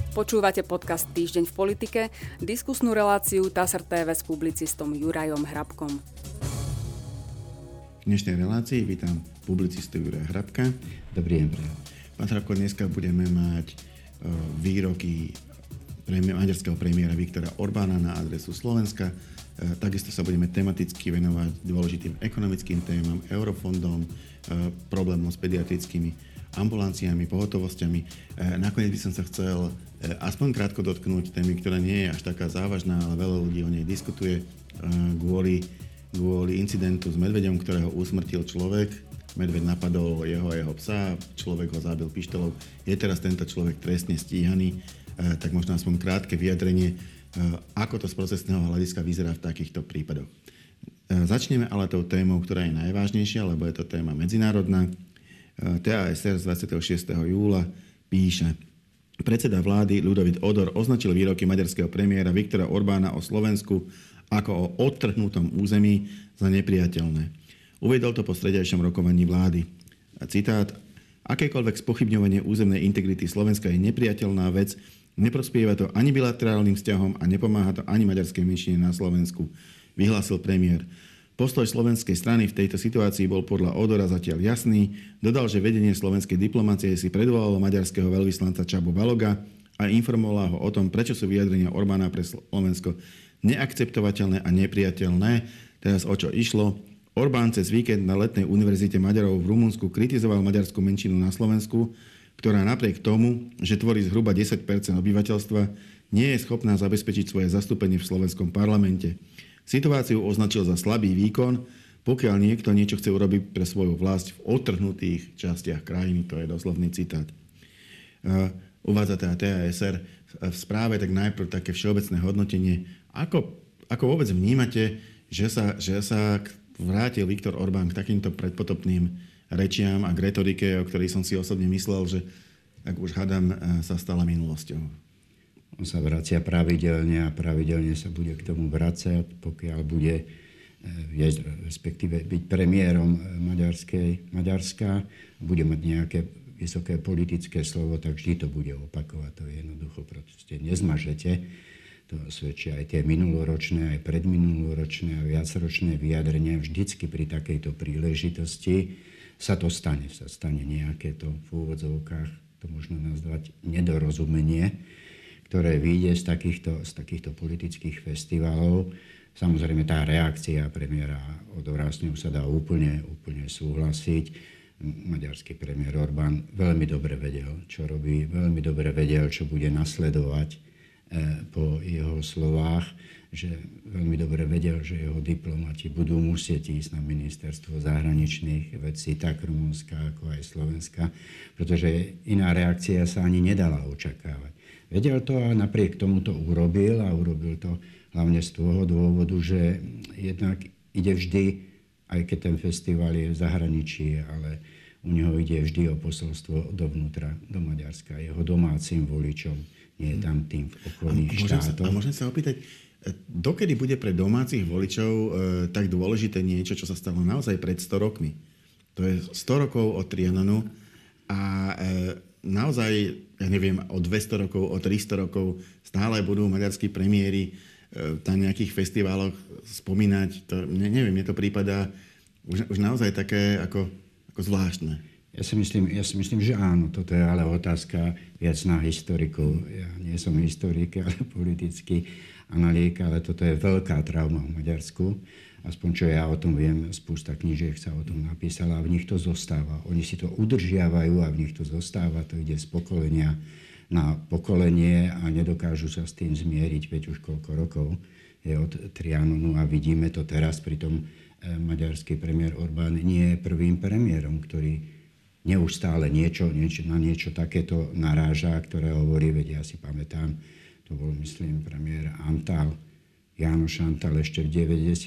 Počúvate podcast Týždeň v politike, diskusnú reláciu TASR TV s publicistom Jurajom Hrabkom. V dnešnej relácii vítam publicistu Juraja Hrabka. Dobrý deň. Pán Hrabko, dneska budeme mať výroky maďarského premiéra Viktora Orbána na adresu Slovenska. Takisto sa budeme tematicky venovať dôležitým ekonomickým témam, eurofondom, problémom s pediatrickými ambulanciami, pohotovosťami. Nakoniec by som sa chcel aspoň krátko dotknúť témy, ktorá nie je až taká závažná, ale veľa ľudí o nej diskutuje kvôli incidentu s medveďom, ktorého usmrtil človek. Medveď napadol jeho a jeho psa, človek ho zabil pištolou. Je teraz tento človek trestne stíhaný, tak možno aspoň krátke vyjadrenie, ako to z procesného hľadiska vyzerá v takýchto prípadoch. Začneme ale tou témou, ktorá je najvážnejšia, lebo je to téma medzinárodná. TASR z 26. júla píše: Predseda vlády Ľudovít Odor označil výroky maďarského premiéra Viktora Orbána o Slovensku ako o odtrhnutom území za nepriateľné. Uviedol to po stredajšom rokovaní vlády. Citát: Akékoľvek spochybňovanie územnej integrity Slovenska je nepriateľná vec, neprospieva to ani bilaterálnym vzťahom a nepomáha to ani maďarskej menšine na Slovensku, vyhlásil premiér. Postoj slovenskej strany v tejto situácii bol podľa Odora zatiaľ jasný. Dodal, že vedenie slovenskej diplomácie si predvolalo maďarského veľvyslanca Csaba Baloga a informovalo ho o tom, prečo sú vyjadrenia Orbána pre Slovensko neakceptovateľné a nepriateľné. Teraz o čo išlo? Orbán cez víkend na letnej univerzite Maďarov v Rumunsku kritizoval maďarskú menšinu na Slovensku, ktorá napriek tomu, že tvorí zhruba 10% obyvateľstva, nie je schopná zabezpečiť svoje zastúpenie v slovenskom parlamente. Situáciu označil za slabý výkon, pokiaľ niekto niečo chce urobiť pre svoju vlast v odtrhnutých častiach krajiny. To je doslovný citát. Uvádza teda TASR v správe, tak najprv také všeobecné hodnotenie. Ako vôbec vnímate, že sa vrátil Viktor Orbán k takýmto predpotopným rečiam a k retorike, o ktorej som si osobne myslel, že, ak už hádam, sa stala minulosťou? On sa vracia pravidelne a pravidelne sa bude k tomu vracať, pokiaľ bude respektíve byť premiérom Maďarska, bude mať nejaké vysoké politické slovo, tak vždy to bude opakovať. To je jednoducho proste nezmažete. To svedčia aj tie minuloročné, aj predminuloročné a viacročné vyjadrenia. Vždycky pri takejto príležitosti sa stane nejaké to v úvodzovkách, to možno nazvať nedorozumenie, ktoré vyjde z takýchto politických festivalov. Samozrejme, tá reakcia premiéra Odora, s ňou sa dá úplne súhlasiť. Maďarský premiér Orbán veľmi dobre vedel, čo robí, veľmi dobre vedel, čo bude nasledovať po jeho slovách, že veľmi dobre vedel, že jeho diplomati budú musieť ísť na ministerstvo zahraničných vecí, tak Rumunska ako aj Slovenska, pretože iná reakcia sa ani nedala očakávať. Vedel to a napriek tomu to urobil a urobil to hlavne z toho dôvodu, že jednak ide vždy, aj keď ten festival je v zahraničí, ale u neho ide vždy o posolstvo dovnútra, do Maďarska, jeho domácim voličom, nie tam tým v okolných štátoch. A môžem sa opýtať, dokedy bude pre domácich voličov tak dôležité niečo, čo sa stalo naozaj pred 100 rokmi? To je 100 rokov od Trianonu a naozaj, ja neviem, o 200 rokov, o 300 rokov stále budú maďarskí premiéri na nejakých festivaloch spomínať. To, neviem, mne to prípada už naozaj také ako zvláštne. Ja si myslím, že áno. Toto je ale otázka viac na historikov. Ja nie som historik, ale politický analytik, ale toto je veľká trauma v Maďarsku. Aspoň čo ja o tom viem, spústa knížiek sa o tom napísala a v nich to zostáva. Oni si to udržiavajú a v nich to zostáva. To ide z pokolenia na pokolenie a nedokážu sa s tým zmieriť, veď už koľko rokov je od Trianonu a vidíme to teraz. Pritom maďarský premiér Orbán nie je prvým premiérom, ktorý neustále na niečo takéto naráža, ktoré hovorí, veď ja si pamätám, to bol, myslím, premiér Antal, János Antal ešte v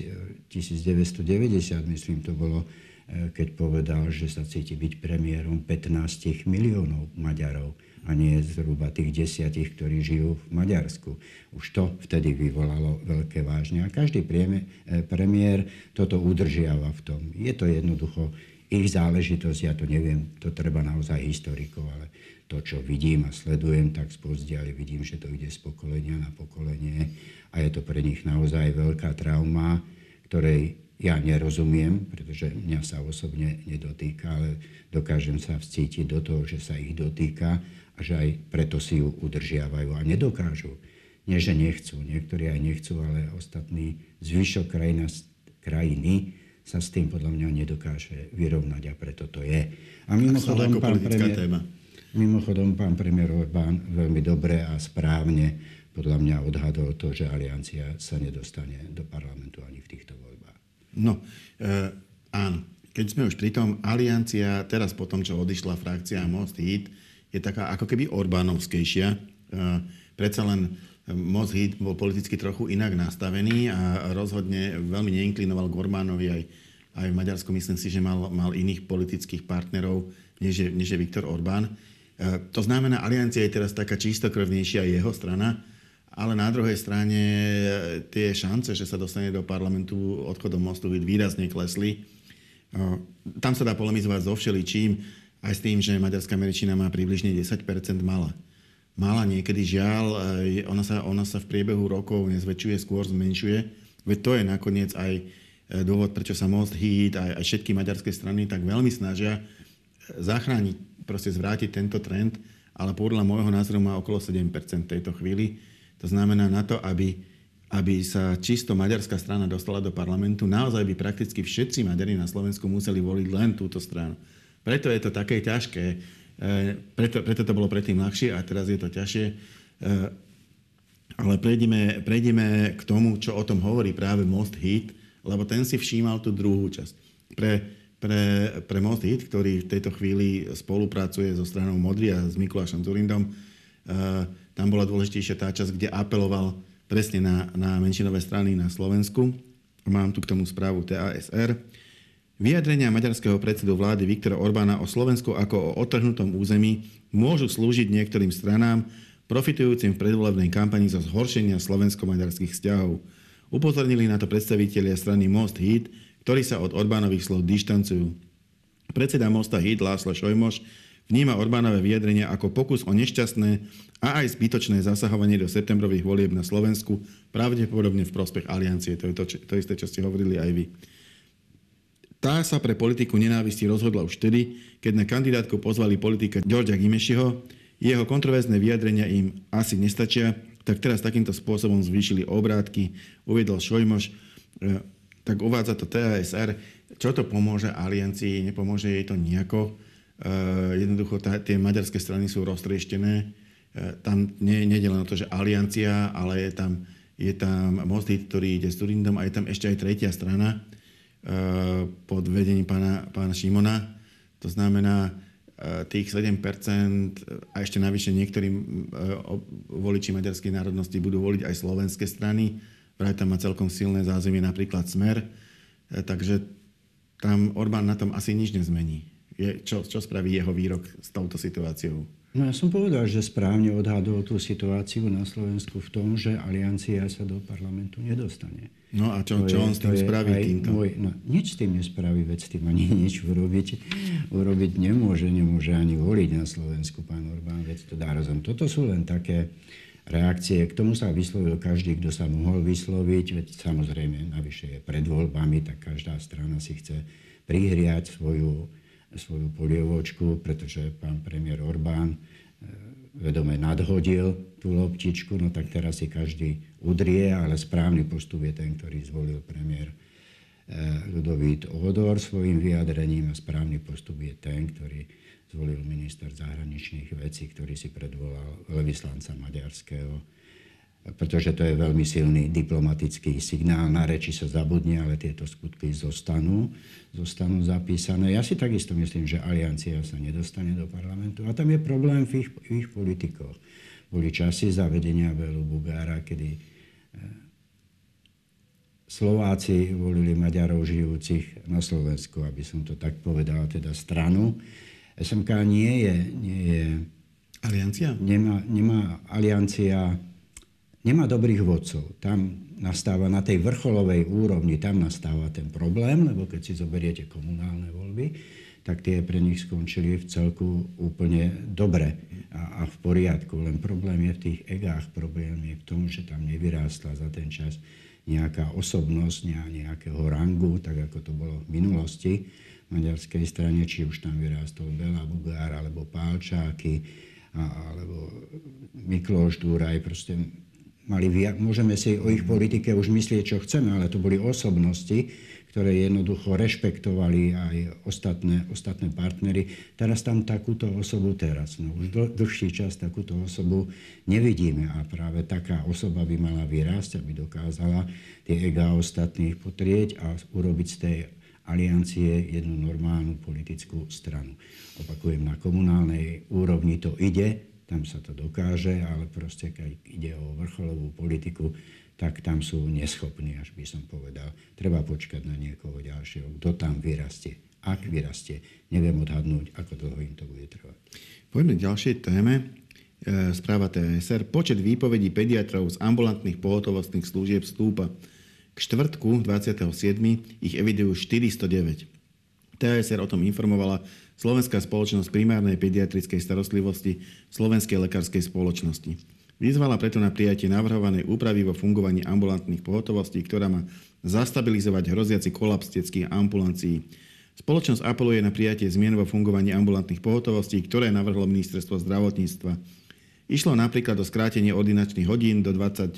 1990, myslím, to bolo, keď povedal, že sa cíti byť premiérom 15 miliónov Maďarov a nie zhruba tých 10, ktorí žijú v Maďarsku. Už to vtedy vyvolalo veľké vážne. A každý premiér toto udržiava v tom. Je to jednoducho ich záležitosť, ja to neviem, to treba naozaj historikov, ale to, čo vidím a sledujem, tak spozdiali vidím, že to ide z pokolenia na pokolenie a je to pre nich naozaj veľká trauma, ktorej ja nerozumiem, pretože mňa sa osobne nedotýka, ale dokážem sa vcítiť do toho, že sa ich dotýka a že aj preto si ju udržiavajú a nedokážu. Nie, že nechcú, niektorí aj nechcú, ale ostatní zvyšok krajiny sa s tým podľa mňa nedokáže vyrovnať a preto to je. A mimochodom, pán premiér Orbán veľmi dobre a správne podľa mňa odhadol to, že Aliancia sa nedostane do parlamentu ani v týchto voľbách. No, áno. Keď sme už pri tom, Aliancia teraz po tom, čo odišla frakcia Most Híd, je taká ako keby Orbánovskejšia. Predsa len Most Híd bol politicky trochu inak nastavený a rozhodne veľmi neinklinoval k Orbánovi. Aj v Maďarsku myslím si, že mal iných politických partnerov, než je Viktor Orbán. To znamená, Aliancia je teraz taká čistokrvnejšia jeho strana, ale na druhej strane tie šance, že sa dostane do parlamentu odchodom Mostu Híd výrazne klesli. Tam sa dá polemizovať so všeličím, aj s tým, že maďarská menšina má približne 10% mala niekedy, žiaľ, ona sa v priebehu rokov nezväčšuje, skôr zmenšuje. Veď to je nakoniec aj dôvod, prečo sa Most Híd aj všetky maďarské strany tak veľmi snažia zachrániť, proste zvrátiť tento trend, ale podľa môjho názoru má okolo 7% v tejto chvíli. To znamená na to, aby sa čisto maďarská strana dostala do parlamentu, naozaj by prakticky všetci Maďari na Slovensku museli voliť len túto stranu. Preto je to také ťažké. Preto to bolo predtým ľahšie a teraz je to ťažšie. Ale prejdeme k tomu, čo o tom hovorí práve Most Híd, lebo ten si všímal tú druhú časť. Pre Most Híd, ktorý v tejto chvíli spolupracuje so stranou Modrý a s Mikulášom Dzurindom, tam bola dôležitejšia tá časť, kde apeloval presne na menšinové strany na Slovensku. Mám tu k tomu správu TASR. Vyjadrenia maďarského predsedu vlády Viktora Orbána o Slovensku ako o odtrhnutom území môžu slúžiť niektorým stranám, profitujúcim v predvolebnej kampani zo zhoršenia slovensko-maďarských vzťahov. Upozornili na to predstavitelia strany Most Híd, ktorí sa od Orbánových slov dištancujú. Predseda Mosta Híd László Sojmoš vníma Orbánové vyjadrenia ako pokus o nešťastné a aj zbytočné zasahovanie do septembrových volieb na Slovensku, pravdepodobne v prospech Aliancie. To je to isté, čo ste hovorili aj vy. Tá sa pre politiku nenávisti rozhodla už vtedy, keď na kandidátku pozvali politika Györgya Gimešiho. Jeho kontroverzné vyjadrenia im asi nestačia, tak teraz takýmto spôsobom zvýšili obrátky, uviedol Sojmoš. Tak uvádza to TASR. Čo to pomôže Aliancii? Nepomôže jej to nejako. Jednoducho tie maďarské strany sú roztrieštené. Tam nejde len o to, že Aliancia, ale je tam Most Híd, ktorý ide s Dzurindom a je tam ešte aj tretia strana pod vedením pána Šimona. To znamená, tých 7% a ešte navyše niektorí voliči maďarskej národnosti budú voliť aj slovenské strany. Vraj tam má celkom silné zázemie napríklad Smer. Takže tam Orbán na tom asi nič nezmení. Čo spraví jeho výrok s touto situáciou? No ja som povedal, že správne odhadol tú situáciu na Slovensku v tom, že Aliancia sa do parlamentu nedostane. No a čo on s tým spraví týmto? Nič s tým nespraví, veď s tým ani nič urobiť nemôže ani voliť na Slovensku pán Orbán, veď to dá rozum. Toto sú len také reakcie. K tomu sa vyslovil každý, kto sa mohol vysloviť, veď samozrejme navyše je pred voľbami, tak každá strana si chce prihriať svoju polievočku, pretože pán premiér Orbán vedome nadhodil tú loptičku, no tak teraz si každý udrie, ale správny postup je ten, ktorý zvolil premiér Ľudovít Ódor svojim vyjadrením a správny postup je ten, ktorý zvolil minister zahraničných vecí, ktorý si predvolal veľvyslanca maďarského, pretože to je veľmi silný diplomatický signál. Na reči sa zabudne, ale tieto skutky zostanú zapísané. Ja si takisto myslím, že Aliancia sa nedostane do parlamentu. A tam je problém v ich politikoch. Boli časy zavedenia Bélu Bugára, kedy Slováci volili Maďarov žijúcich na Slovensku, aby som to tak povedal, teda stranu. SMK nie je Aliancia? Nemá Aliancia. Nemá dobrých vodcov. Tam nastáva na tej vrcholovej úrovni, tam nastáva ten problém, lebo keď si zoberiete komunálne voľby, tak tie pre nich skončili v celku úplne dobre a v poriadku. Len problém je v tých egách, problém je v tom, že tam nevyrástla za ten čas nejaká osobnosť nejakého rangu, tak ako to bolo v minulosti v maďarskej strane, či už tam vyrástol Béla Bugár, alebo Pálčáky, alebo Mikloš Dúraj, proste môžeme si o ich politike už myslieť, čo chceme, ale to boli osobnosti, ktoré jednoducho rešpektovali aj ostatné partnery. Teraz tam takúto osobu už dlhší čas takúto osobu nevidíme a práve taká osoba by mala vyrásť, aby dokázala tie egá ostatných potrieť a urobiť z tej aliancie jednu normálnu politickú stranu. Opakujem, na komunálnej úrovni to ide, tam sa to dokáže, ale proste keď ide o vrcholovú politiku, tak tam sú neschopní, až by som povedal. Treba počkať na niekoho ďalšieho, kto tam vyrastie. Ak vyrastie, neviem odhadnúť, ako dlho im to bude trvať. Poďme k ďalšej téme. Správa TSR. Počet výpovedí pediatrov z ambulantných pohotovostných služieb stúpa. K štvrtku 27. ich evidujú 409. TSR o tom informovala Slovenská spoločnosť primárnej pediatrickej starostlivosti Slovenskej lekárskej spoločnosti. Vyzvala preto na prijatie navrhovanej úpravy vo fungovaní ambulantných pohotovostí, ktorá má zastabilizovať hroziaci kolaps detských ambulancií. Spoločnosť apeluje na prijatie zmien vo fungovaní ambulantných pohotovostí, ktoré navrhlo Ministerstvo zdravotníctva. Išlo napríklad o skrátenie ordinačných hodín do 20:00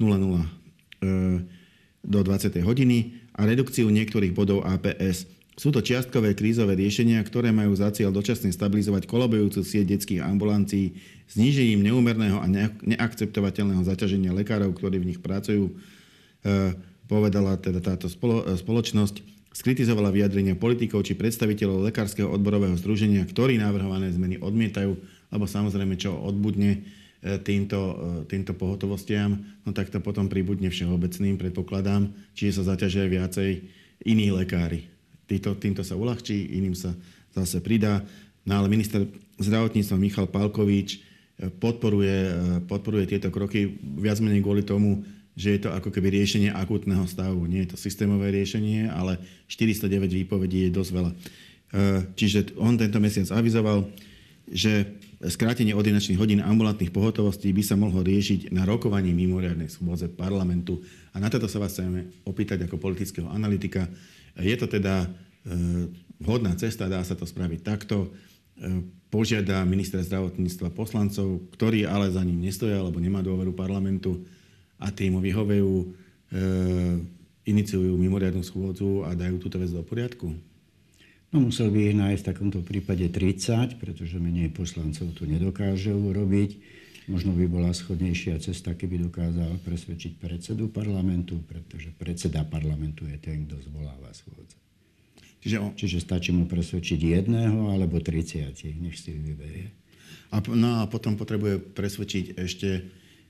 do 20. hodiny a redukciu niektorých bodov APS. Sú to čiastkové krízové riešenia, ktoré majú za cieľ dočasne stabilizovať kolabujúcu sieť detských ambulancií, znížením neúmerného a neakceptovateľného zaťaženia lekárov, ktorí v nich pracujú, povedala teda táto spoločnosť. Skritizovala vyjadrenia politikov či predstaviteľov lekárskeho odborového združenia, ktorí navrhované zmeny odmietajú, lebo samozrejme, čo odbudne týmto pohotovostiam, no tak to potom pribudne všeobecným, predpokladám, čiže sa zaťažia viacej iní lekári. Týmto sa uľahčí, iným sa zase pridá. No ale minister zdravotníctva Michal Palkovič podporuje tieto kroky viac menej kvôli tomu, že je to ako keby riešenie akútneho stavu. Nie je to systémové riešenie, ale 409 výpovedí je dosť veľa. Čiže on tento mesiac avizoval, že skrátenie ordinačných hodín ambulantných pohotovostí by sa mohlo riešiť na rokovaní mimoriadnej schôdze parlamentu. A na toto sa vás chceme opýtať ako politického analytika. Je to teda vhodná cesta, dá sa to spraviť takto. Požiada ministra zdravotníctva poslancov, ktorí ale za ním nestoja, alebo nemá dôveru parlamentu a tým mu vyhovejú, iniciujú mimoriadnu schôdzu a dajú túto vec do poriadku? No musel by ich nájsť v takomto prípade 30, pretože menej poslancov to nedokáže urobiť. Možno by bola schodnejšia cesta, keby dokázal presvedčiť predsedu parlamentu, pretože predseda parlamentu je ten, kto zvoláva schôdze. Čiže stačí mu presvedčiť jedného alebo 30, nech si vyberie. A potom potrebuje presvedčiť ešte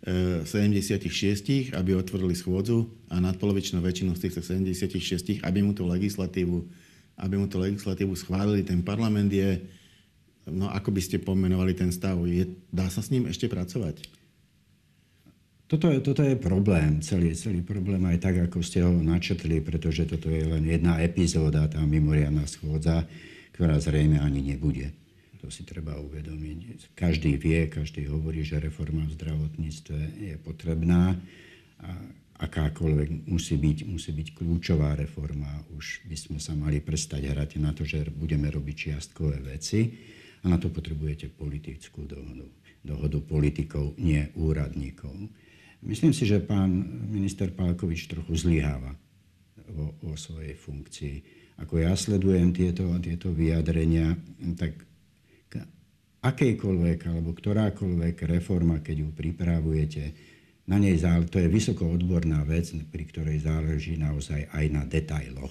76, aby otvorili schôdzu a nadpolovičnou väčšinou z týchto 76, aby mu tú legislatívu schválili. Ten parlament je, no ako by ste pomenovali ten stav, dá sa s ním ešte pracovať? Toto je problém, celý problém aj tak, ako ste ho načrtli, pretože toto je len jedna epizóda, tá mimoriadna schôdza, ktorá zrejme ani nebude. To si treba uvedomiť. Každý vie, každý hovorí, že reforma v zdravotníctve je potrebná a akákoľvek musí byť kľúčová reforma. Už by sme sa mali prestať hrať na to, že budeme robiť čiastkové veci a na to potrebujete politickú dohodu politikov, nie úradníkov. Myslím si, že pán minister Palkovič trochu zlyháva vo svojej funkcii. Ako ja sledujem tieto vyjadrenia, tak akejkoľvek alebo ktorákoľvek reforma, keď ju pripravujete, na nej to je vysoko odborná vec, pri ktorej záleží naozaj aj na detailoch.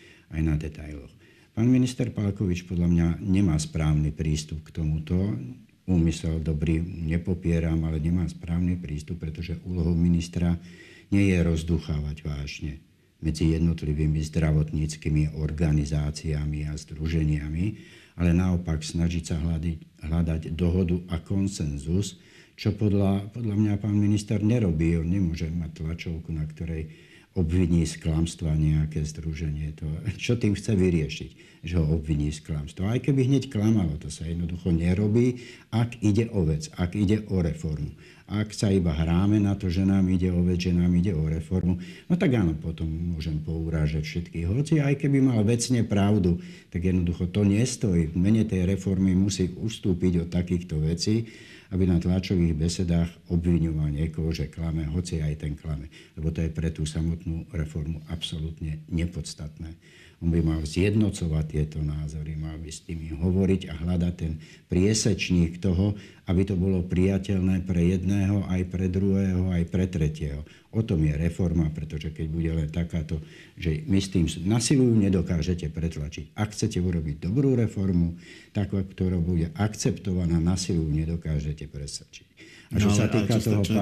Pán minister Palkovič podľa mňa nemá správny prístup k tomuto. Úmysel dobrý nepopieram, ale nemá správny prístup, pretože úlohou ministra nie je rozduchávať vážne medzi jednotlivými zdravotníckymi organizáciami a združeniami, ale naopak snažiť sa hľadať dohodu a konsenzus, čo podľa mňa pán minister nerobí. On nemôže mať tlačovku, na ktorej obviní z klamstva nejaké združenie. Čo tým chce vyriešiť? Že ho obviní z klamstva. Aj keby hneď klamalo, to sa jednoducho nerobí, ak ide o vec, ak ide o reformu. Ak sa iba hráme na to, že nám ide o vec, že nám ide o reformu, no tak áno, potom môžem pourážať všetkých. Hoci aj keby mal vecne pravdu, tak jednoducho to nestojí. V mene tej reformy musí ustúpiť od takýchto vecí, aby na tlačových besedách obviňoval niekoho, že klame, hoci aj ten klame. Lebo to je pre tú samotnú reformu absolútne nepodstatné. On by mal zjednocovať tieto názory, mal by s tými hovoriť a hľadať ten priesečník toho, aby to bolo priateľné pre jedného, aj pre druhého, aj pre tretieho. O tom je reforma, pretože keď bude len takáto, že my s tým na silu nedokážete pretlačiť. Ak chcete urobiť dobrú reformu, takú, ktorá bude akceptovaná, na silu nedokážete presvedčiť. A čo sa týka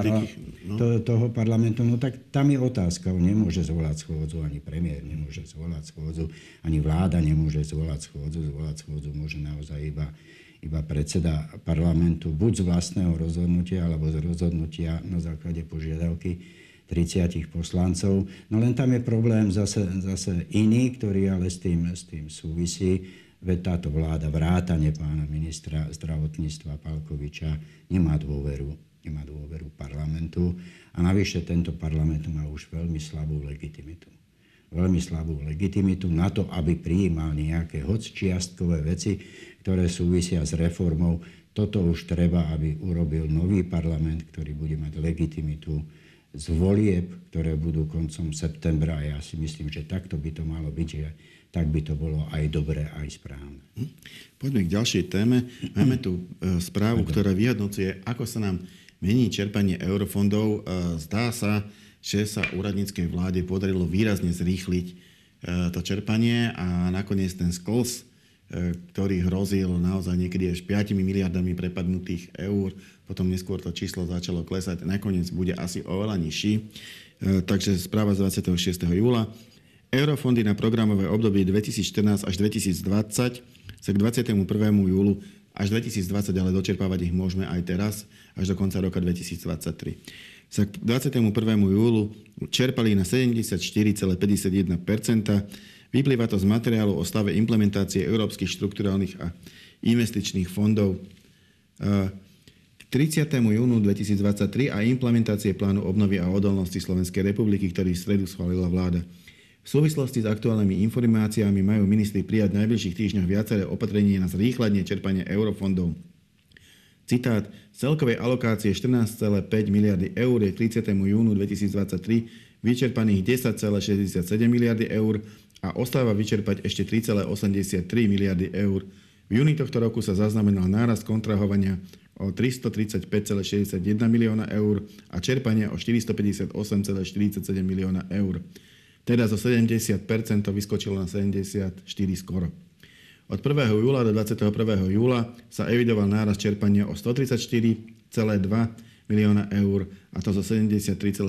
toho parlamentu, no tak tam je otázka. On nemôže zvolať schôdzu, ani premiér nemôže zvolať schôdzu, ani vláda nemôže zvolať schôdzu. Zvolať schôdzu môže naozaj iba predseda parlamentu, buď z vlastného rozhodnutia, alebo z rozhodnutia na základe požiadavky 30 poslancov. No len tam je problém zase iný, ktorý ale s tým súvisí. Veď táto vláda, vrátane pána ministra zdravotníctva Palkoviča, nemá dôveru parlamentu. A navyše tento parlament má už veľmi slabú legitimitu. Veľmi slabú legitimitu na to, aby prijímal nejaké čiastkové veci, ktoré súvisia s reformou. Toto už treba, aby urobil nový parlament, ktorý bude mať legitimitu z volieb, ktoré budú koncom septembra. A ja si myslím, že takto by to malo byť, že tak by to bolo aj dobré, aj správne. Poďme k ďalšej téme. Máme tu správu, ktorá vyhodnocuje, ako sa nám mení čerpanie eurofondov. Zdá sa, že sa úradníckej vláde podarilo výrazne zrýchliť to čerpanie a nakoniec ten sklz, ktorý hrozil naozaj niekedy až 5 miliardami prepadnutých eur, potom neskôr to číslo začalo klesať, nakoniec bude asi oveľa nižší. Takže správa z 26. júla. Eurofondy na programové obdobie 2014 až 2020 sa k 21. júlu až 2020, ale dočerpávať ich môžeme aj teraz, až do konca roka 2023. Sa k 21. júlu čerpali na 74,51%. Vyplýva to z materiálu o stave implementácie európskych štrukturálnych a investičných fondov k 30. júnu 2023 a implementácie plánu obnovy a odolnosti Slovenskej republiky, ktorý v stredu schválila vláda. V súvislosti s aktuálnymi informáciami majú ministri prijať v najbližších týždňoch viaceré opatrenie na zrýchlenie čerpania eurofondov. Citát: z celkovej alokácie 14,5 miliardy eur je k 30. júnu 2023 vyčerpaných 10,67 miliardy eur a ostáva vyčerpať ešte 3,83 miliardy eur. V júni tohto roku sa zaznamenal nárast kontrahovania o 335,61 milióna eur a čerpania o 458,47 milióna eur. Teda zo 70% to vyskočilo na 74 skoro. Od 1. júla do 21. júla sa evidoval nárast čerpania o 134,2 milióna eur a to zo 73,58%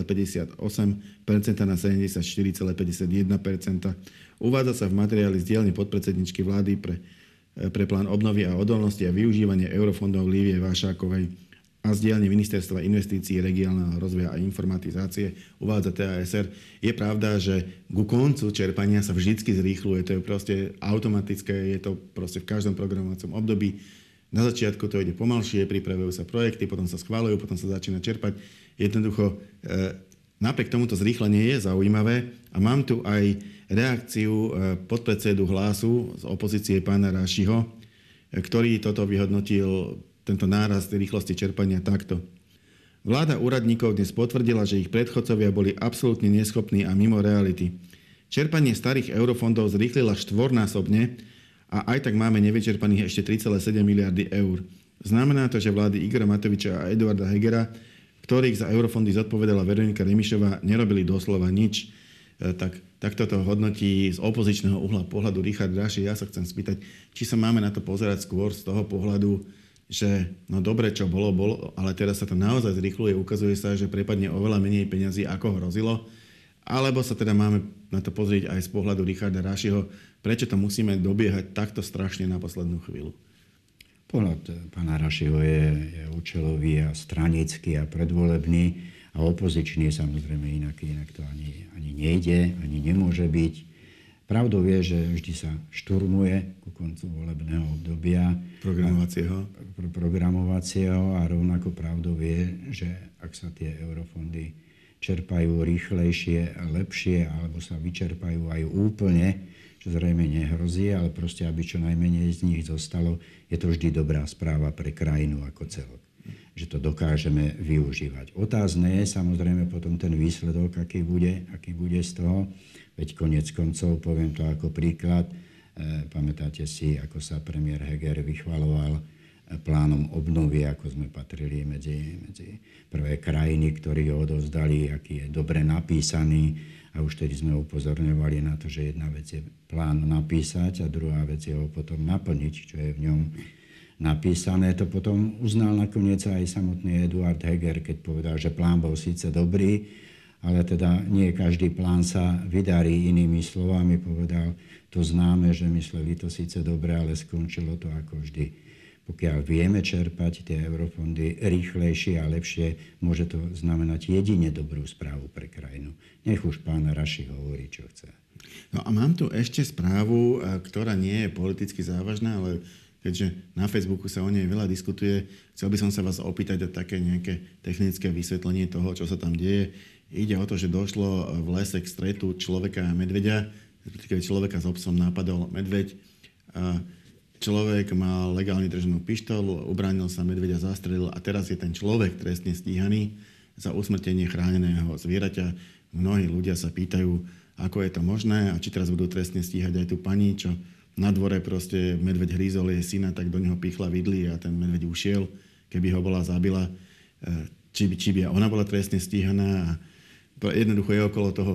na 74,51%. Uvádza sa v materiáli z dielne podpredsedničky vlády pre plán obnovy a odolnosti a využívanie eurofondov Lívie Vášákovej a z dielne Ministerstva investícií, regionálneho rozvoja a informatizácie, uvádza TASR. Je pravda, že ku koncu čerpania sa vždycky zrýchluje. To je proste automatické, je to proste v každom programovacom období. Na začiatku to ide pomalšie, pripravujú sa projekty, potom sa schváľujú, potom sa začína čerpať. Jednoducho, napriek tomuto zrýchlenie je zaujímavé a mám tu aj reakciu podpredsedu Hlasu z opozície pána Rašiho, ktorý toto vyhodnotil, tento nárast rýchlosti čerpania, takto. Vláda úradníkov dnes potvrdila, že ich predchodcovia boli absolútne neschopní a mimo reality. Čerpanie starých eurofondov zrýchlila štvornásobne a aj tak máme nevyčerpaných ešte 3,7 miliardy eur. Znamená to, že vlády Igora Matoviča a Eduarda Hegera, ktorých za eurofondy zodpovedala Veronika Remišová, nerobili doslova nič. Tak toto hodnotí z opozičného uhla pohľadu Richard Raši. Ja sa chcem spýtať, či sa máme na to pozerať skôr z toho pohľadu, že no dobre, čo bolo, ale teraz sa to naozaj zrýchluje, ukazuje sa, že prepadne oveľa menej peňazí, ako hrozilo. Alebo sa teda máme na to pozrieť aj z pohľadu Richarda Rašiho, prečo to musíme dobiehať takto strašne na poslednú chvíľu? Pohľad pána Rašiho je účelový a stranický a predvolebný a opozičný, samozrejme inak to ani nejde, ani nemôže byť. Pravdou je, že vždy sa šturmuje ku koncu volebného obdobia programovacieho a rovnako pravdou je, že ak sa tie eurofondy čerpajú rýchlejšie a lepšie alebo sa vyčerpajú aj úplne, čo zrejme nehrozí, ale proste, aby čo najmenej z nich zostalo, je to vždy dobrá správa pre krajinu ako celok. Že to dokážeme využívať. Otázne je samozrejme potom ten výsledok, aký bude z toho. Veď konec koncov, poviem to ako príklad, pamätáte si, ako sa premiér Heger vychvaloval plánom obnovy, ako sme patrili medzi prvé krajiny, ktorí ho odovzdali, aký je dobre napísaný. A už tedy sme upozorňovali na to, že jedna vec je plán napísať a druhá vec je ho potom naplniť, čo je v ňom napísané. To potom uznal nakoniec aj samotný Eduard Heger, keď povedal, že plán bol síce dobrý, ale teda nie každý plán sa vydarí. Inými slovami povedal, to známe, že mysleli to síce dobre, ale skončilo to ako vždy. Pokiaľ vieme čerpať tie eurofondy rýchlejšie a lepšie, môže to znamenať jedine dobrú správu pre krajinu. Nech už pán Raši hovorí, čo chce. No a mám tu ešte správu, ktorá nie je politicky závažná, ale keďže na Facebooku sa o nej veľa diskutuje, chcel by som sa vás opýtať o také nejaké technické vysvetlenie toho, čo sa tam deje. Ide o to, že došlo v lese k stretu človeka a medveďa. Keď človeka s obsom napadol medveď, človek mal legálne drženú pištoľu, ubránil sa, medveďa zastrelil a teraz je ten človek trestne stíhaný za usmrtenie chráneného zvieraťa. Mnohí ľudia sa pýtajú, ako je to možné a či teraz budú trestne stíhať aj tú pani, čo na dvore proste medveď hrízol jej syna, tak do neho pichla vidly a ten medveď ušiel. Keby ho bola zabila, či by ona bola trestne stíhaná. A jednoducho je okolo toho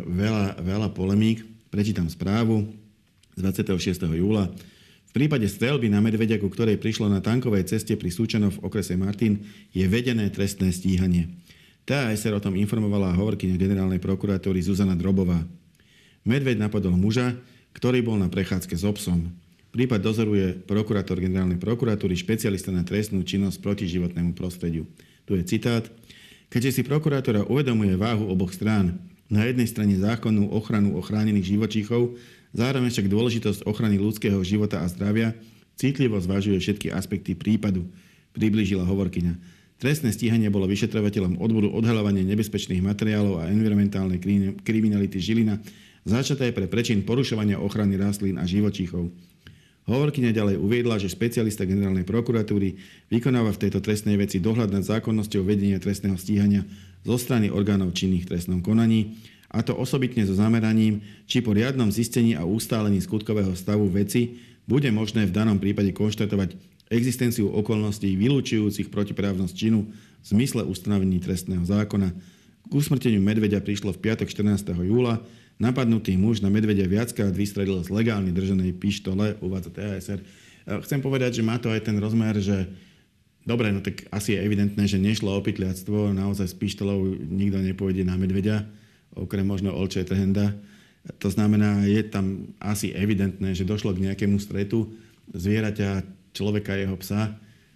veľa polemík. Prečítam správu z 26. júla. V prípade streľby na medveďa, ku ktorej prišlo na tankovej ceste pri Súčanoch v okrese Martin, je vedené trestné stíhanie. TASR o tom informovala hovorkyňa generálnej prokuratúry Zuzana Drobová. Medveď napadol muža, ktorý bol na prechádzke s obsom. Prípad dozoruje prokurátor generálnej prokuratúry, špecialista na trestnú činnosť proti životnému prostrediu. Tu je citát. Keďže si prokurátora uvedomuje váhu oboch strán, na jednej strane zákonnú ochranu ochránených živočíchov, zároveň však dôležitosť ochrany ľudského života a zdravia, citlivo zvažuje všetky aspekty prípadu, priblížila hovorkyňa. Trestné stíhanie bolo vyšetrovateľom odboru odhaľovania nebezpečných materiálov a environmentálnej kriminality Žilina začaté pre prečin porušovania ochrany rastlín a živočíchov. Hovorkyňa ďalej uviedla, že špecialista generálnej prokuratúry vykonáva v tejto trestnej veci dohľad nad zákonnosťou vedenia trestného stíhania zo strany orgánov činných v trestnom konaní, a to osobitne so zameraním, či po riadnom zistení a ustálení skutkového stavu veci bude možné v danom prípade konštatovať existenciu okolností vylúčujúcich protiprávnosť činu v zmysle ustanovení trestného zákona. K usmrteniu medveďa prišlo v piatok 14. júla. Napadnutý muž na medveďa viackrát vystrelil z legálne drženej pištole, uvádza TASR. Chcem povedať, že má to aj ten rozmer, že dobre, no tak asi je evidentné, že nešlo o pytliactvo, naozaj s pištolou nikto nepôjde na medveďa, okrem možno Olčej Trhenda. To znamená, je tam asi evidentné, že došlo k nejakému stretu zvieraťa, človeka, jeho psa.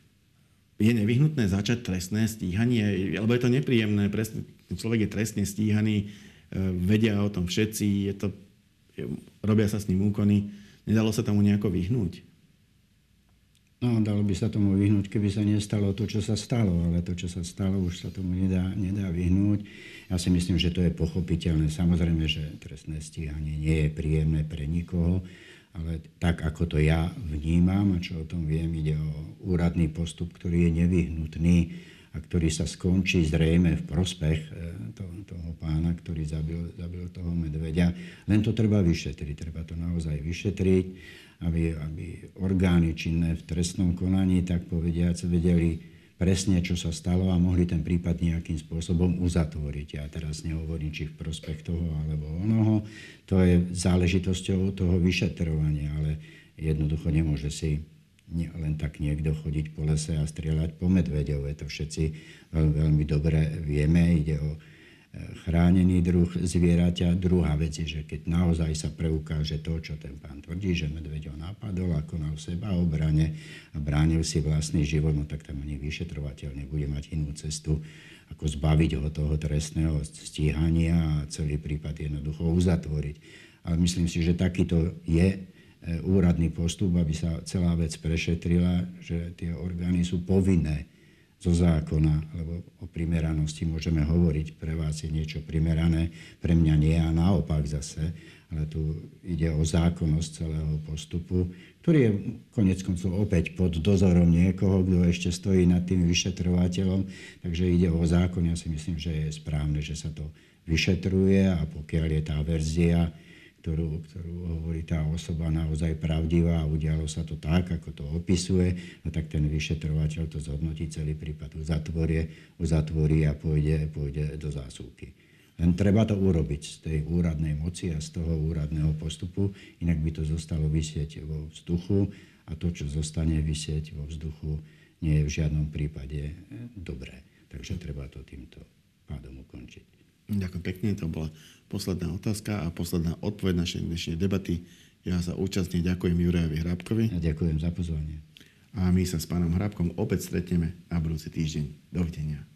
Je nevyhnutné začať trestné stíhanie, alebo je to nepríjemné, človek je trestne stíhaný, vedia o tom všetci, robia sa s ním úkony. Nedalo sa tomu nejako vyhnúť? No, dalo by sa tomu vyhnúť, keby sa nestalo to, čo sa stalo, ale to, čo sa stalo, už sa tomu nedá vyhnúť. Ja si myslím, že to je pochopiteľné. Samozrejme, že trestné stíhanie nie je príjemné pre nikoho, ale tak, ako to ja vnímam a čo o tom viem, ide o úradný postup, ktorý je nevyhnutný a ktorý sa skončí zrejme v prospech toho pána, ktorý zabil toho medveďa. Len to treba vyšetriť. Treba to naozaj vyšetriť, aby orgány činné v trestnom konaní, tak povediac, vedeli presne, čo sa stalo a mohli ten prípad nejakým spôsobom uzatvoriť. Ja teraz nehovorím, či v prospech toho alebo onoho. To je záležitosťou toho vyšetrovania, ale jednoducho nemôže si len tak niekto chodiť po lese a strieľať po medveďov. To všetci veľmi dobre vieme. Ide o chránený druh zvieraťa. Druhá vec je, že keď naozaj sa preukáže to, čo ten pán tvrdí, že medveď ho napadol a konal sebaobrane a bránil si vlastný život, no tak tam ani vyšetrovateľ nebude mať inú cestu, ako zbaviť ho toho trestného stíhania a celý prípad jednoducho uzatvoriť. Ale myslím si, že takýto je úradný postup, aby sa celá vec prešetrila, že tie orgány sú povinné zo zákona, lebo o primeranosti môžeme hovoriť, pre vás je niečo primerané, pre mňa nie a naopak zase, ale tu ide o zákonnosť celého postupu, ktorý je koniec koncov opäť pod dozorom niekoho, kto ešte stojí nad tým vyšetrovateľom, takže ide o zákon. Ja si myslím, že je správne, že sa to vyšetruje a pokiaľ je tá verzia, ktorú hovorí tá osoba naozaj pravdivá a udialo sa to tak, ako to opisuje, no tak ten vyšetrovateľ to zhodnotí, celý prípad uzatvorí a pôjde do zásuvky. Len treba to urobiť z tej úradnej moci a z toho úradného postupu, inak by to zostalo visieť vo vzduchu a to, čo zostane visieť vo vzduchu, nie je v žiadnom prípade dobré. Takže treba to týmto pádom ukončiť. Ďakujem pekne, to bola posledná otázka a posledná odpoveď našej dnešnej debaty. Ja sa účastne ďakujem Jurajovi Hrábkovi. Ja ďakujem za pozvanie. A my sa s pánom Hrábkom opäť stretneme na budúci týždeň. Dovidenia.